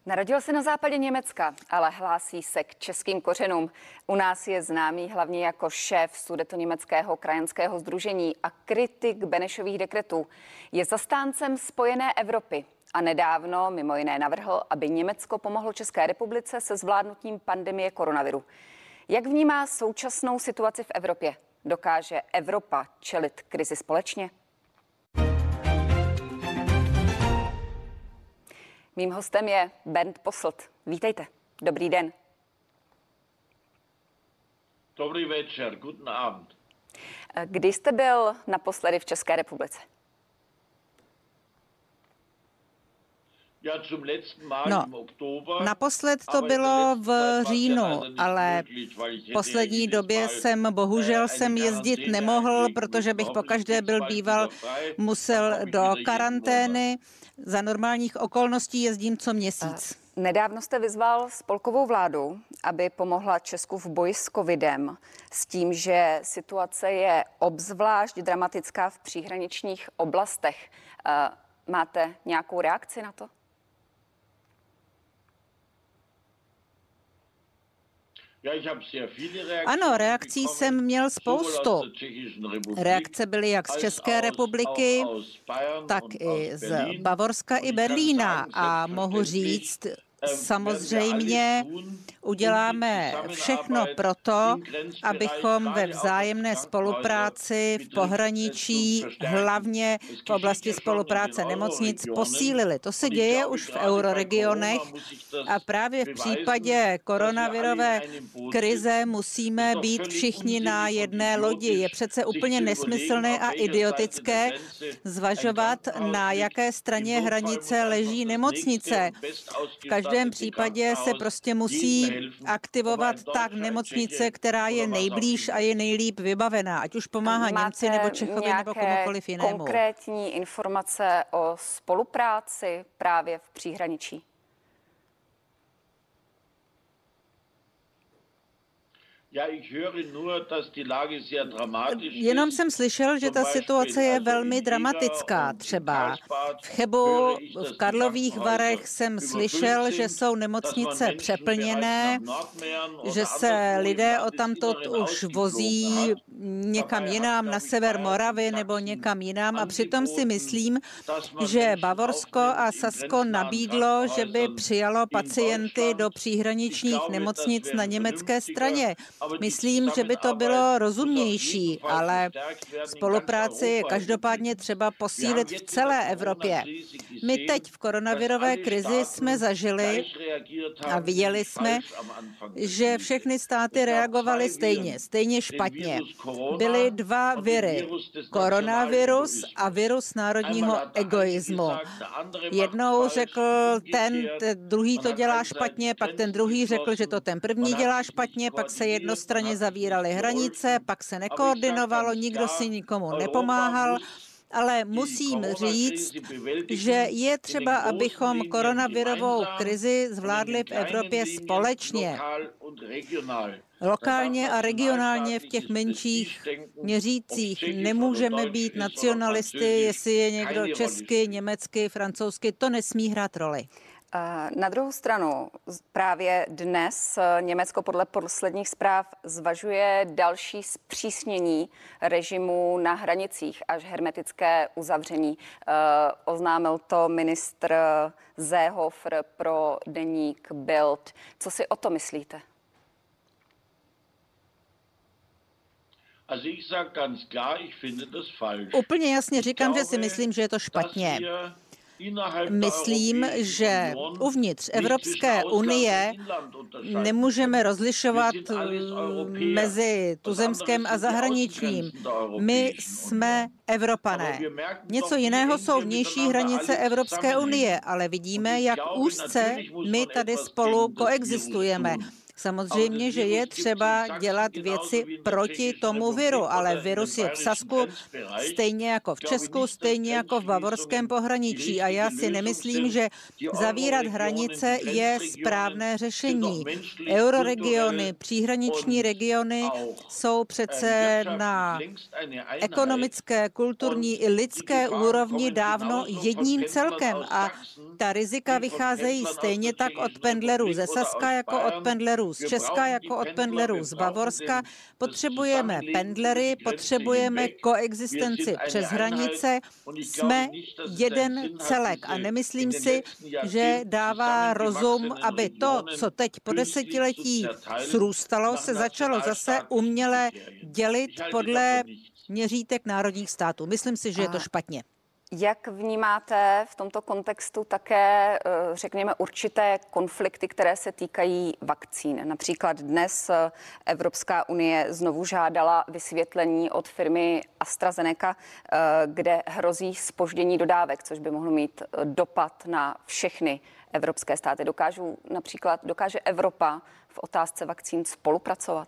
Narodil se na západě Německa, ale hlásí se k českým kořenům. U nás je známý hlavně jako šéf Sudetoněmeckého krajanského sdružení a kritik Benešových dekretů. Je zastáncem spojené Evropy a nedávno mimo jiné navrhl, aby Německo pomohlo České republice se zvládnutím pandemie koronaviru. Jak vnímá současnou situaci v Evropě? Dokáže Evropa čelit krizi společně? Mým hostem je Bernd Posselt. Vítejte. Dobrý den. Dobrý večer, guten Abend. Kdy jste byl naposledy v České republice? Naposled to bylo v říjnu, ale v poslední době jsem jezdit nemohl, protože bych pokaždé byl býval musel do karantény. Za normálních okolností jezdím co měsíc. Nedávno jste vyzval spolkovou vládu, aby pomohla Česku v boji s covidem, s tím, že situace je obzvlášť dramatická v příhraničních oblastech. Máte nějakou reakci na to? Ano, reakcí jsem měl spoustu. Reakce byly jak z České republiky, tak i z Bavorska i Berlína. A mohu říct, samozřejmě uděláme všechno proto, abychom ve vzájemné spolupráci v pohraničí, hlavně v oblasti spolupráce nemocnic, posílili. To se děje už v euroregionech a právě v případě koronavirové krize musíme být všichni na jedné lodi. Je přece úplně nesmyslné a idiotické zvažovat, na jaké straně hranice leží nemocnice. V každém případě se prostě musí aktivovat ta nemocnice, která je nejblíž a je nejlíp vybavená, ať už pomáhá Němci nebo Čechovi nebo komukoliv jinému. Konkrétní informace o spolupráci právě v příhraničí? Jenom jsem slyšel, že ta situace je velmi dramatická. Třeba v Chebu, v Karlových Varech jsem slyšel, že jsou nemocnice přeplněné, že se lidé odtamtud už vozí někam jinam, na sever Moravy nebo někam jinam. A přitom si myslím, že Bavorsko a Sasko nabídlo, že by přijalo pacienty do příhraničních nemocnic na německé straně. Myslím, že by to bylo rozumnější, ale spolupráci je každopádně třeba posílit v celé Evropě. My teď v koronavirové krizi jsme zažili a viděli jsme, že všechny státy reagovaly stejně špatně. Byly dva viry. Koronavirus a virus národního egoismu. Jednou řekl ten druhý to dělá špatně, pak ten druhý řekl, že to ten první dělá špatně, pak se jednostranně zavíraly hranice, pak se nekoordinovalo, nikdo si nikomu nepomáhal. Ale musím říct, že je třeba, abychom koronavirovou krizi zvládli v Evropě společně. Lokálně a regionálně v těch menších měřících. Nemůžeme být nacionalisty, jestli je někdo česky, německy, francouzsky, to nesmí hrát roli. Na druhou stranu právě dnes Německo podle posledních zpráv zvažuje další zpřísnění režimu na hranicích až hermetické uzavření. Oznámil to ministr Seehofer pro deník Bild. Co si o to myslíte? Úplně jasně říkám, že si myslím, že je to špatně. Myslím, že uvnitř Evropské unie nemůžeme rozlišovat mezi tuzemském a zahraničním. My jsme Evropané. Něco jiného jsou vnější hranice Evropské unie, ale vidíme, jak úzce my tady spolu koexistujeme. Samozřejmě, že je třeba dělat věci proti tomu viru, ale virus je v Sasku stejně jako v Česku, stejně jako v bavorském pohraničí. A já si nemyslím, že zavírat hranice je správné řešení. Euroregiony, příhraniční regiony jsou přece na ekonomické, kulturní i lidské úrovni dávno jedním celkem a ta rizika vycházejí stejně tak od pendlerů ze Saska jako od pendlerů z Česka jako od pendlerů z Bavorska. Potřebujeme pendlery, potřebujeme koexistenci přes hranice. Jsme jeden celek a nemyslím si, že dává rozum, aby to, co teď po desetiletí srůstalo, se začalo zase uměle dělit podle měřítek národních států. Myslím si, že je to špatně. Jak vnímáte v tomto kontextu také, řekněme, určité konflikty, které se týkají vakcín? Například dnes Evropská unie znovu žádala vysvětlení od firmy AstraZeneca, kde hrozí zpoždění dodávek, což by mohlo mít dopad na všechny evropské státy. Dokáže Evropa v otázce vakcín spolupracovat?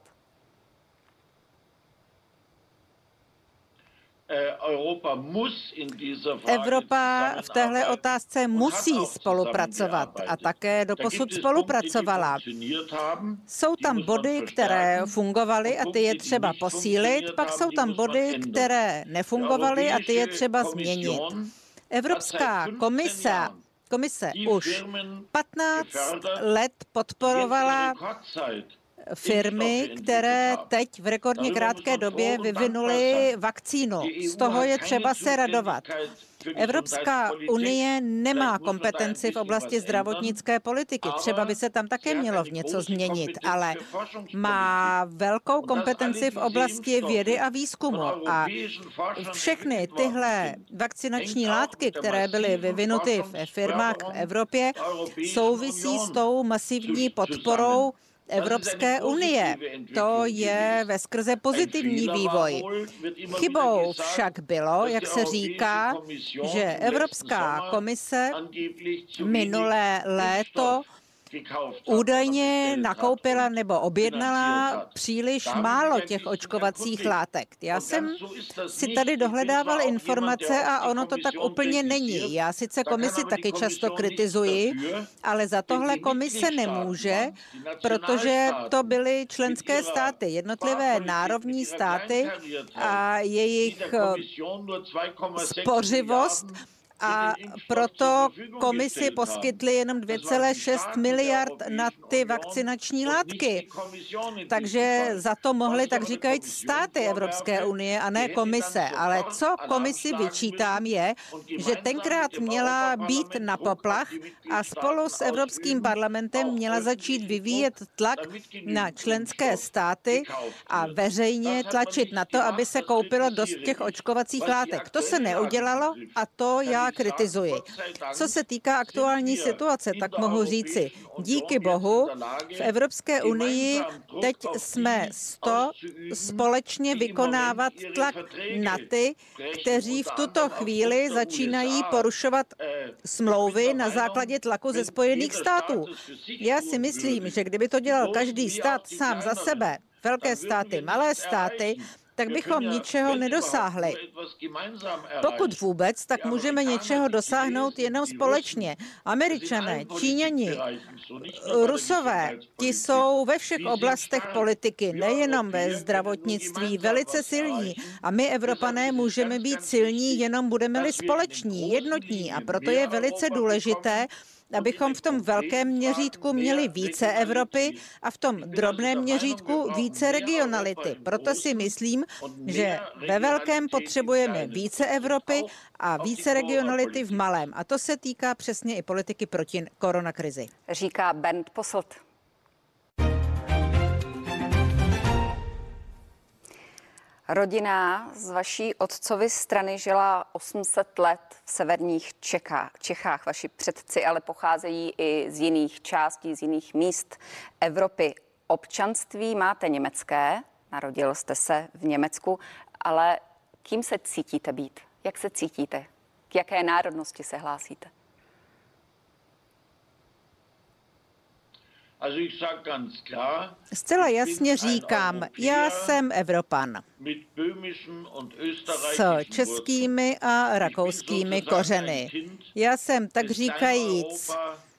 Evropa v téhle otázce musí spolupracovat a také doposud spolupracovala. Jsou tam body, které fungovaly a ty je třeba posílit, pak jsou tam body, které nefungovaly a ty je třeba změnit. Evropská komise už 15 let podporovala firmy, které teď v rekordně krátké době vyvinuly vakcínu. Z toho je třeba se radovat. Evropská unie nemá kompetenci v oblasti zdravotnické politiky. Třeba by se tam také mělo v něco změnit, ale má velkou kompetenci v oblasti vědy a výzkumu. A všechny tyhle vakcinační látky, které byly vyvinuty v firmách v Evropě, souvisí s tou masivní podporou Evropské unie. To je veskrze pozitivní vývoj. Chybou však bylo, jak se říká, že Evropská komise minulé léto údajně nakoupila nebo objednala příliš málo těch očkovacích látek. Já jsem si tady dohledával informace a ono to tak úplně není. Já sice komisi taky často kritizuji, ale za tohle komise nemůže, protože to byly členské státy, jednotlivé národní státy a jejich spořivost. A proto komisi poskytli jenom 2,6 miliard na ty vakcinační látky. Takže za to mohly, tak říkajíc, státy Evropské unie a ne komise. Ale co komisi vyčítám je, že tenkrát měla být na poplach a spolu s Evropským parlamentem měla začít vyvíjet tlak na členské státy a veřejně tlačit na to, aby se koupilo dost těch očkovacích látek. To se neudělalo a to já kritizuji. Co se týká aktuální situace, tak mohu říci, díky bohu v Evropské unii teď jsme společně vykonávat tlak na ty, kteří v tuto chvíli začínají porušovat smlouvy na základě tlaku ze Spojených států. Já si myslím, že kdyby to dělal každý stát sám za sebe, velké státy, malé státy, tak bychom ničeho nedosáhli. Pokud vůbec, tak můžeme něčeho dosáhnout jenom společně. Američané, Číňani, Rusové, ti jsou ve všech oblastech politiky, nejenom ve zdravotnictví, velice silní. A my, Evropané, můžeme být silní, jenom budeme-li společní, jednotní. A proto je velice důležité, abychom v tom velkém měřítku měli více Evropy a v tom drobném měřítku více regionality. Proto si myslím, že ve velkém potřebujeme více Evropy a více regionality v malém. A to se týká přesně i politiky proti koronakrizi. Říká Bernd Posselt. Rodina z vaší otcovy strany žila 800 let v severních Čechách. Vaši předci ale pocházejí i z jiných částí, z jiných míst Evropy. Občanství máte německé, narodil jste se v Německu, ale kým se cítíte být? Jak se cítíte? K jaké národnosti se hlásíte? Zcela jasně říkám, já jsem Evropan s českými a rakouskými kořeny. Já jsem tak říkajíc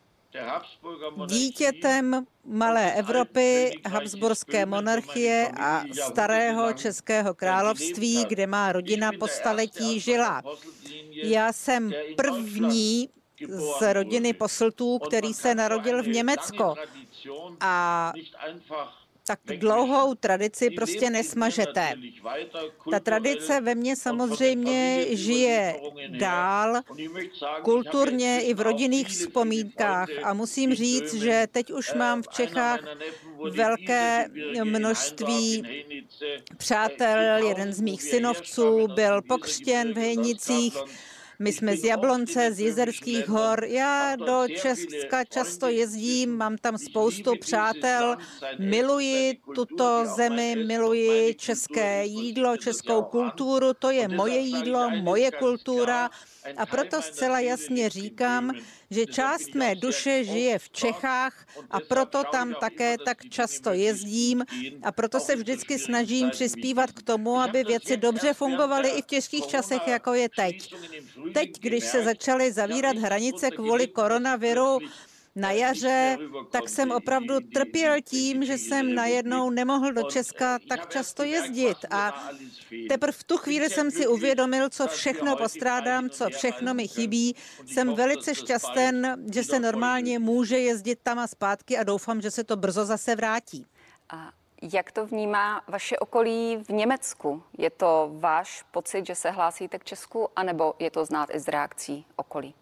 dítětem malé Evropy, habsburské monarchie a starého českého království, kde má rodina po staletí žila. Já jsem první z rodiny Posseltů, který se narodil v Německu. A tak dlouhou tradici prostě nesmažete. Ta tradice ve mně samozřejmě žije dál, kulturně i v rodinných vzpomínkách. A musím říct, že teď už mám v Čechách velké množství přátel. Jeden z mých synovců byl pokřtěn v Hejnicích. My jsme z Jablonce, z Jizerských hor. Já do Česka často jezdím, mám tam spoustu přátel. Miluji tuto zemi, miluji české jídlo, českou kulturu. To je moje jídlo, moje kultura. A proto zcela jasně říkám, že část mé duše žije v Čechách a proto tam také tak často jezdím a proto se vždycky snažím přispívat k tomu, aby věci dobře fungovaly i v těžkých časech, jako je teď. Teď, když se začaly zavírat hranice kvůli koronaviru na jaře, tak jsem opravdu trpěl tím, že jsem najednou nemohl do Česka tak často jezdit. A teprve v tu chvíli jsem si uvědomil, co všechno postrádám, co všechno mi chybí. Jsem velice šťastný, že se normálně může jezdit tam a zpátky a doufám, že se to brzo zase vrátí. A jak to vnímá vaše okolí v Německu? Je to váš pocit, že se hlásíte k Česku, anebo je to znát i z reakcí okolí?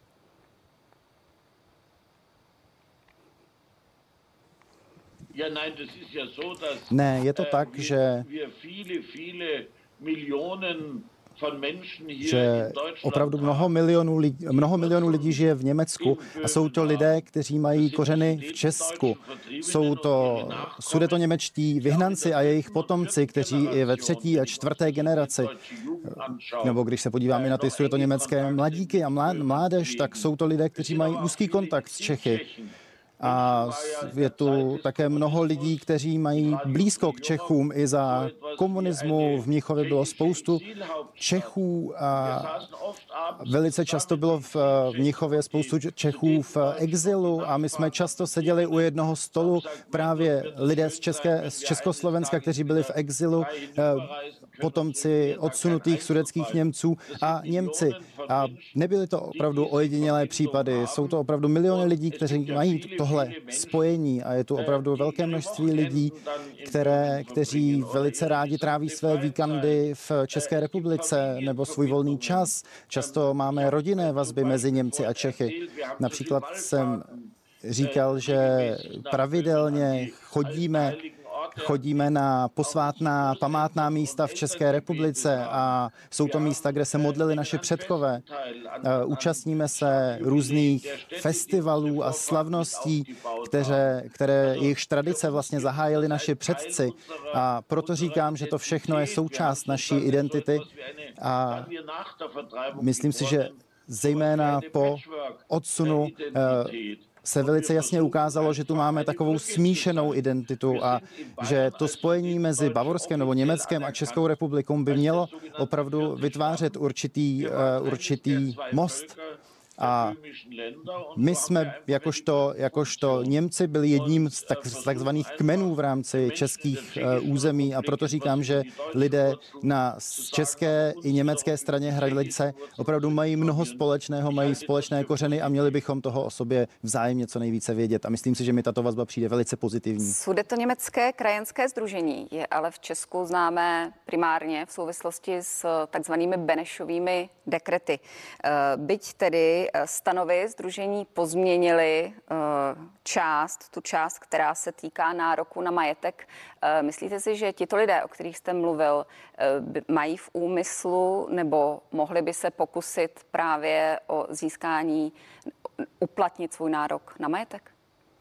Ne, je to tak, že opravdu mnoho milionů lidí žije v Německu a jsou to lidé, kteří mají kořeny v Česku. Jsou to sudetoněmečtí vyhnanci a jejich potomci, kteří i ve 3. a 4. generaci, nebo když se podíváme na ty sudetoněmecké mladíky a mládež, tak jsou to lidé, kteří mají úzký kontakt s Čechy. A je tu také mnoho lidí, kteří mají blízko k Čechům. I za komunismu v Mnichově bylo spoustu Čechů a velice často bylo v Mnichově spoustu Čechů v exilu a my jsme často seděli u jednoho stolu právě lidé z Československa, kteří byli v exilu, potomci odsunutých sudetských Němců a Němci. A nebyly to opravdu ojedinělé případy, jsou to opravdu miliony lidí, kteří mají tohle spojení a je tu opravdu velké množství lidí, kteří velice rádi tráví své víkendy v České republice nebo svůj volný čas. Často máme rodinné vazby mezi Němci a Čechy. Například jsem říkal, že pravidelně chodíme na posvátná památná místa v České republice a jsou to místa, kde se modlili naši předkové. Účastníme se různých festivalů a slavností, které jejichž tradice vlastně zahájili naši předci. A proto říkám, že to všechno je součást naší identity a myslím si, že zejména po odsunu se velice jasně ukázalo, že tu máme takovou smíšenou identitu a že to spojení mezi Bavorskem nebo Německem a Českou republikou by mělo opravdu vytvářet určitý most. A my jsme jakožto Němci byli jedním z takzvaných kmenů v rámci českých území a proto říkám, že lidé na české i německé straně hranice opravdu mají mnoho společného, mají společné kořeny a měli bychom toho o sobě vzájemně co nejvíce vědět. A myslím si, že mi tato vazba přijde velice pozitivní. Sudetoněmecké krajanské sdružení je ale v Česku známé primárně v souvislosti s takzvanými Benešovými dekrety. Byť tedy stanovy sdružení pozměnily tu část, která se týká nároku na majetek. Myslíte si, že tito lidé, o kterých jste mluvil, mají v úmyslu nebo mohli by se pokusit právě o získání, uplatnit svůj nárok na majetek?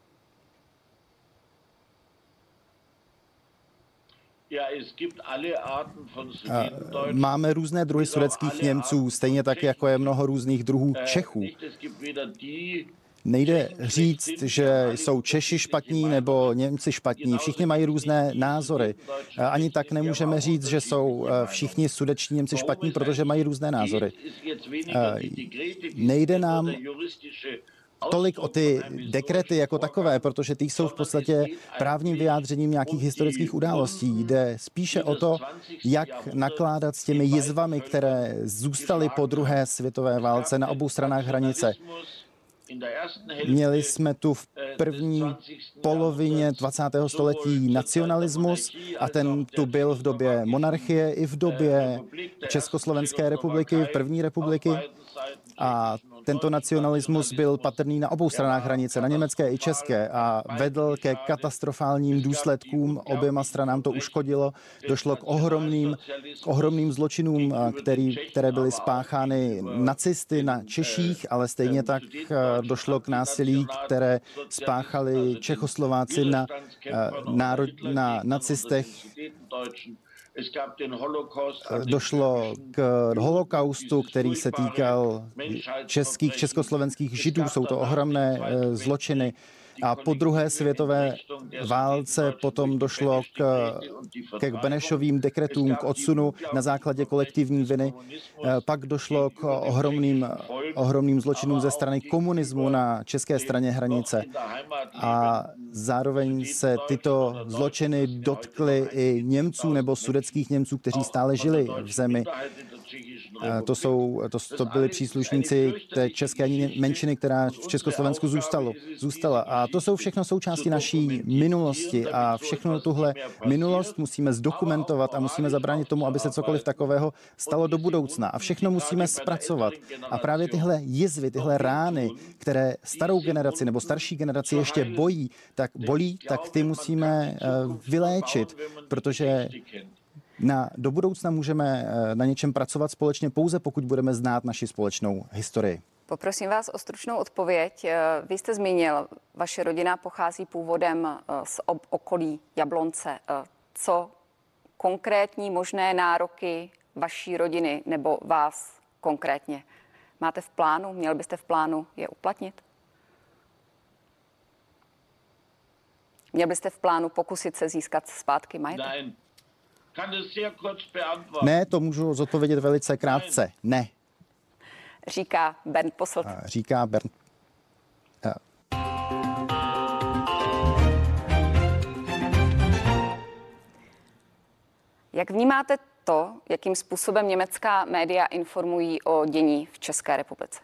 Máme různé druhy sudetských Němců, stejně tak, jako je mnoho různých druhů Čechů. Nejde říct, že jsou Češi špatní nebo Němci špatní. Všichni mají různé názory. Ani tak nemůžeme říct, že jsou všichni sudetští Němci špatní, protože mají různé názory. Nejde nám tolik o ty dekrety jako takové, protože ty jsou v podstatě právním vyjádřením nějakých historických událostí. Jde spíše o to, jak nakládat s těmi jizvami, které zůstaly po druhé světové válce na obou stranách hranice. Měli jsme tu v první polovině 20. století nacionalismus a ten tu byl v době monarchie i v době Československé republiky, první republiky. A tento nacionalismus byl patrný na obou stranách hranice, na německé i české, a vedl ke katastrofálním důsledkům. Oběma stranám to uškodilo. Došlo k ohromným zločinům, které byly spáchány nacisty na Češích, ale stejně tak došlo k násilí, které spáchali Čechoslováci na nacistech. Došlo k holokaustu, který se týkal československých Židů. Jsou to ohromné zločiny. A po druhé světové válce potom došlo k Benešovým dekretům, k odsunu na základě kolektivní viny. Pak došlo k ohromným zločinům ze strany komunismu na české straně hranice. A zároveň se tyto zločiny dotkly i Němců nebo sudetských Němců, kteří stále žili v zemi. To byli příslušníci té české menšiny, která v Československu zůstala. A to jsou všechno součásti naší minulosti a všechno tuhle minulost musíme zdokumentovat a musíme zabránit tomu, aby se cokoliv takového stalo do budoucna. A všechno musíme zpracovat. A právě tyhle jizvy, tyhle rány, které starou generaci nebo starší generaci ještě bolí, tak ty musíme vyléčit, protože do budoucna můžeme na něčem pracovat společně pouze, pokud budeme znát naši společnou historii. Poprosím vás o stručnou odpověď. Vy jste zmínil, vaše rodina pochází původem z okolí Jablonce. Co konkrétní možné nároky vaší rodiny nebo vás konkrétně máte v plánu? Měl byste v plánu je uplatnit? Měl byste v plánu pokusit se získat zpátky majetek? Ne, to můžu zodpovědět velice krátce. Ne. Říká Bernd Posselt. Říká Bernd. Jak vnímáte to, jakým způsobem německá média informují o dění v České republice?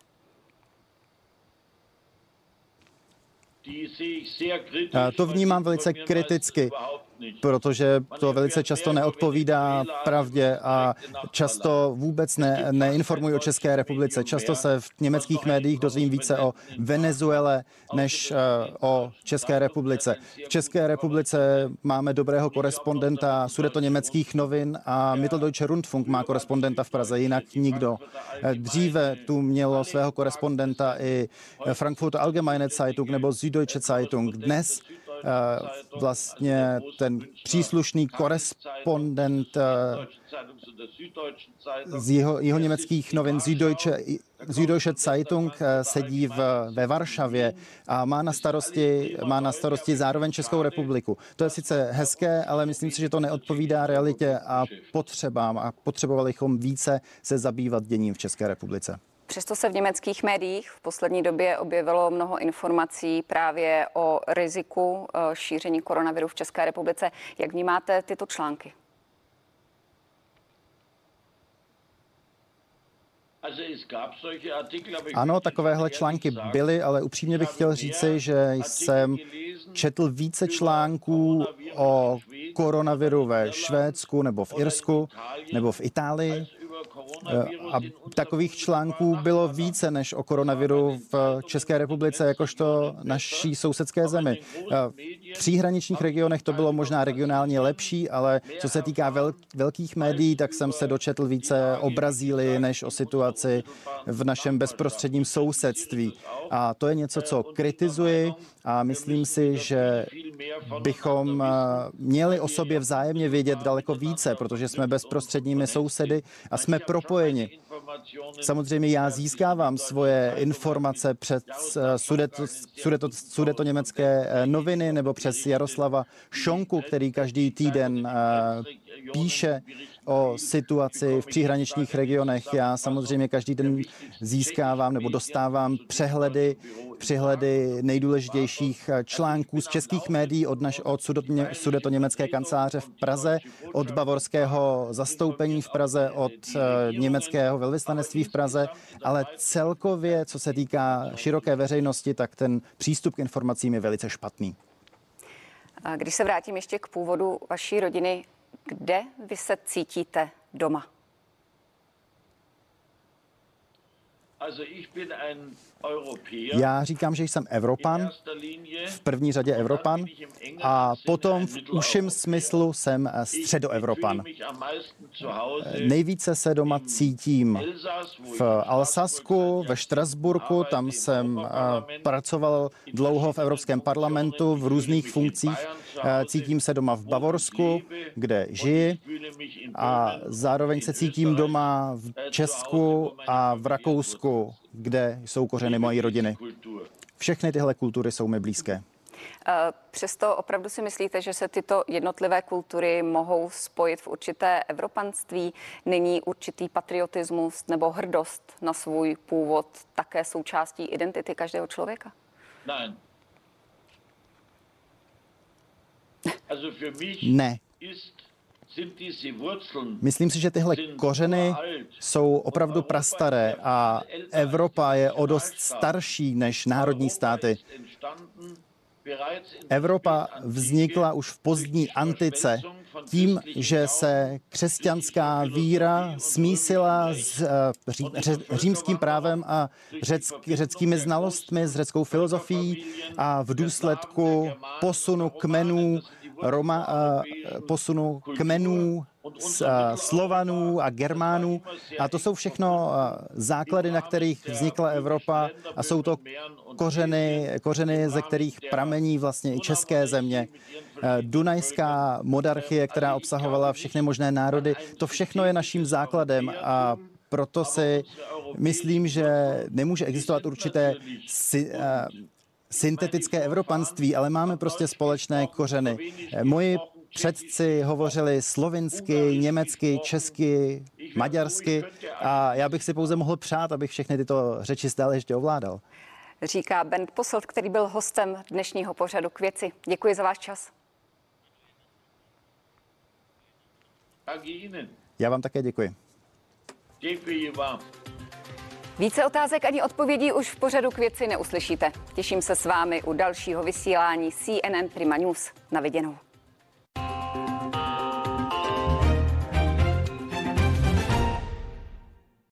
To vnímám velice kriticky, protože to velice často neodpovídá pravdě a často vůbec neinformují o České republice. Často se v německých médiích dozvím více o Venezuele než o České republice. V České republice máme dobrého korespondenta Sudetoněmeckých novin a Mitteldeutscher Rundfunk má korespondenta v Praze, jinak nikdo. Dříve tu mělo svého korespondenta i Frankfurter Allgemeine Zeitung nebo Süddeutsche Zeitung. Dnes vlastně ten příslušný korespondent z jeho německých novin Süddeutsche Zeitung sedí ve Varšavě a má na starosti zároveň Českou republiku. To je sice hezké, ale myslím si, že to neodpovídá realitě a potřebám a potřebovali bychom více se zabývat děním v České republice. Přesto se v německých médiích v poslední době objevilo mnoho informací právě o riziku šíření koronaviru v České republice. Jak vnímáte tyto články? Ano, takovéhle články byly, ale upřímně bych chtěl říci, že jsem četl více článků o koronaviru ve Švédsku nebo v Irsku nebo v Itálii. A takových článků bylo více než o koronaviru v České republice, jakožto naší sousedské zemi. V příhraničních regionech to bylo možná regionálně lepší, ale co se týká velkých médií, tak jsem se dočetl více o Brazílii než o situaci v našem bezprostředním sousedství. A to je něco, co kritizuji a myslím si, že bychom měli o sobě vzájemně vědět daleko více, protože jsme bezprostředními sousedy a jsme propojeni. samozřejmě já získávám svoje informace přes sudetoněmecké noviny nebo přes Jaroslava Šonku, který každý týden píše o situaci v příhraničních regionech. Já samozřejmě každý den získávám nebo dostávám přehledy nejdůležitějých článků z českých médií od sudetoněmecké kanceláře v Praze, od bavorského zastoupení v Praze, od německého velvyslanectví v Praze, ale celkově, co se týká široké veřejnosti, tak ten přístup k informacím je velice špatný. A když se vrátím ještě k původu vaší rodiny, kde vy se cítíte doma? Já říkám, že jsem Evropan, v první řadě Evropan, a potom v užším smyslu jsem středoevropan. Nejvíce se doma cítím v Alsasku, ve Štrasburku, tam jsem pracoval dlouho v Evropském parlamentu v různých funkcích. Cítím se doma v Bavorsku, kde žiji, a zároveň se cítím doma v Česku a v Rakousku, kde jsou kořeny mojí rodiny. Všechny tyhle kultury jsou mi blízké. Přesto opravdu si myslíte, že se tyto jednotlivé kultury mohou spojit v určité evropanství? Není určitý patriotismus nebo hrdost na svůj původ také součástí identity každého člověka? Ne. Myslím si, že tyhle kořeny jsou opravdu prastaré a Evropa je o dost starší než národní státy. Evropa vznikla už v pozdní antice tím, že se křesťanská víra smísila s římským právem a řeckými znalostmi, s řeckou filozofií, a v důsledku posunu kmenů Slovanů a Germánů. A to jsou všechno základy, na kterých vznikla Evropa, a jsou to kořeny, ze kterých pramení vlastně i české země. Dunajská monarchie, která obsahovala všechny možné národy, to všechno je naším základem, a proto si myslím, že nemůže existovat určité syntetické evropanství, ale máme prostě společné kořeny. Moji předci hovořili slovinsky, německy, česky, maďarsky, a já bych si pouze mohl přát, abych všechny tyto řeči stále ještě ovládal. Říká Bernd Posselt, který byl hostem dnešního pořadu K věci. Děkuji za váš čas. Já vám také děkuji. Děkuji vám. Více otázek ani odpovědí už v pořadu K věci neuslyšíte. Těším se s vámi u dalšího vysílání CNN Prima News. Na viděnou.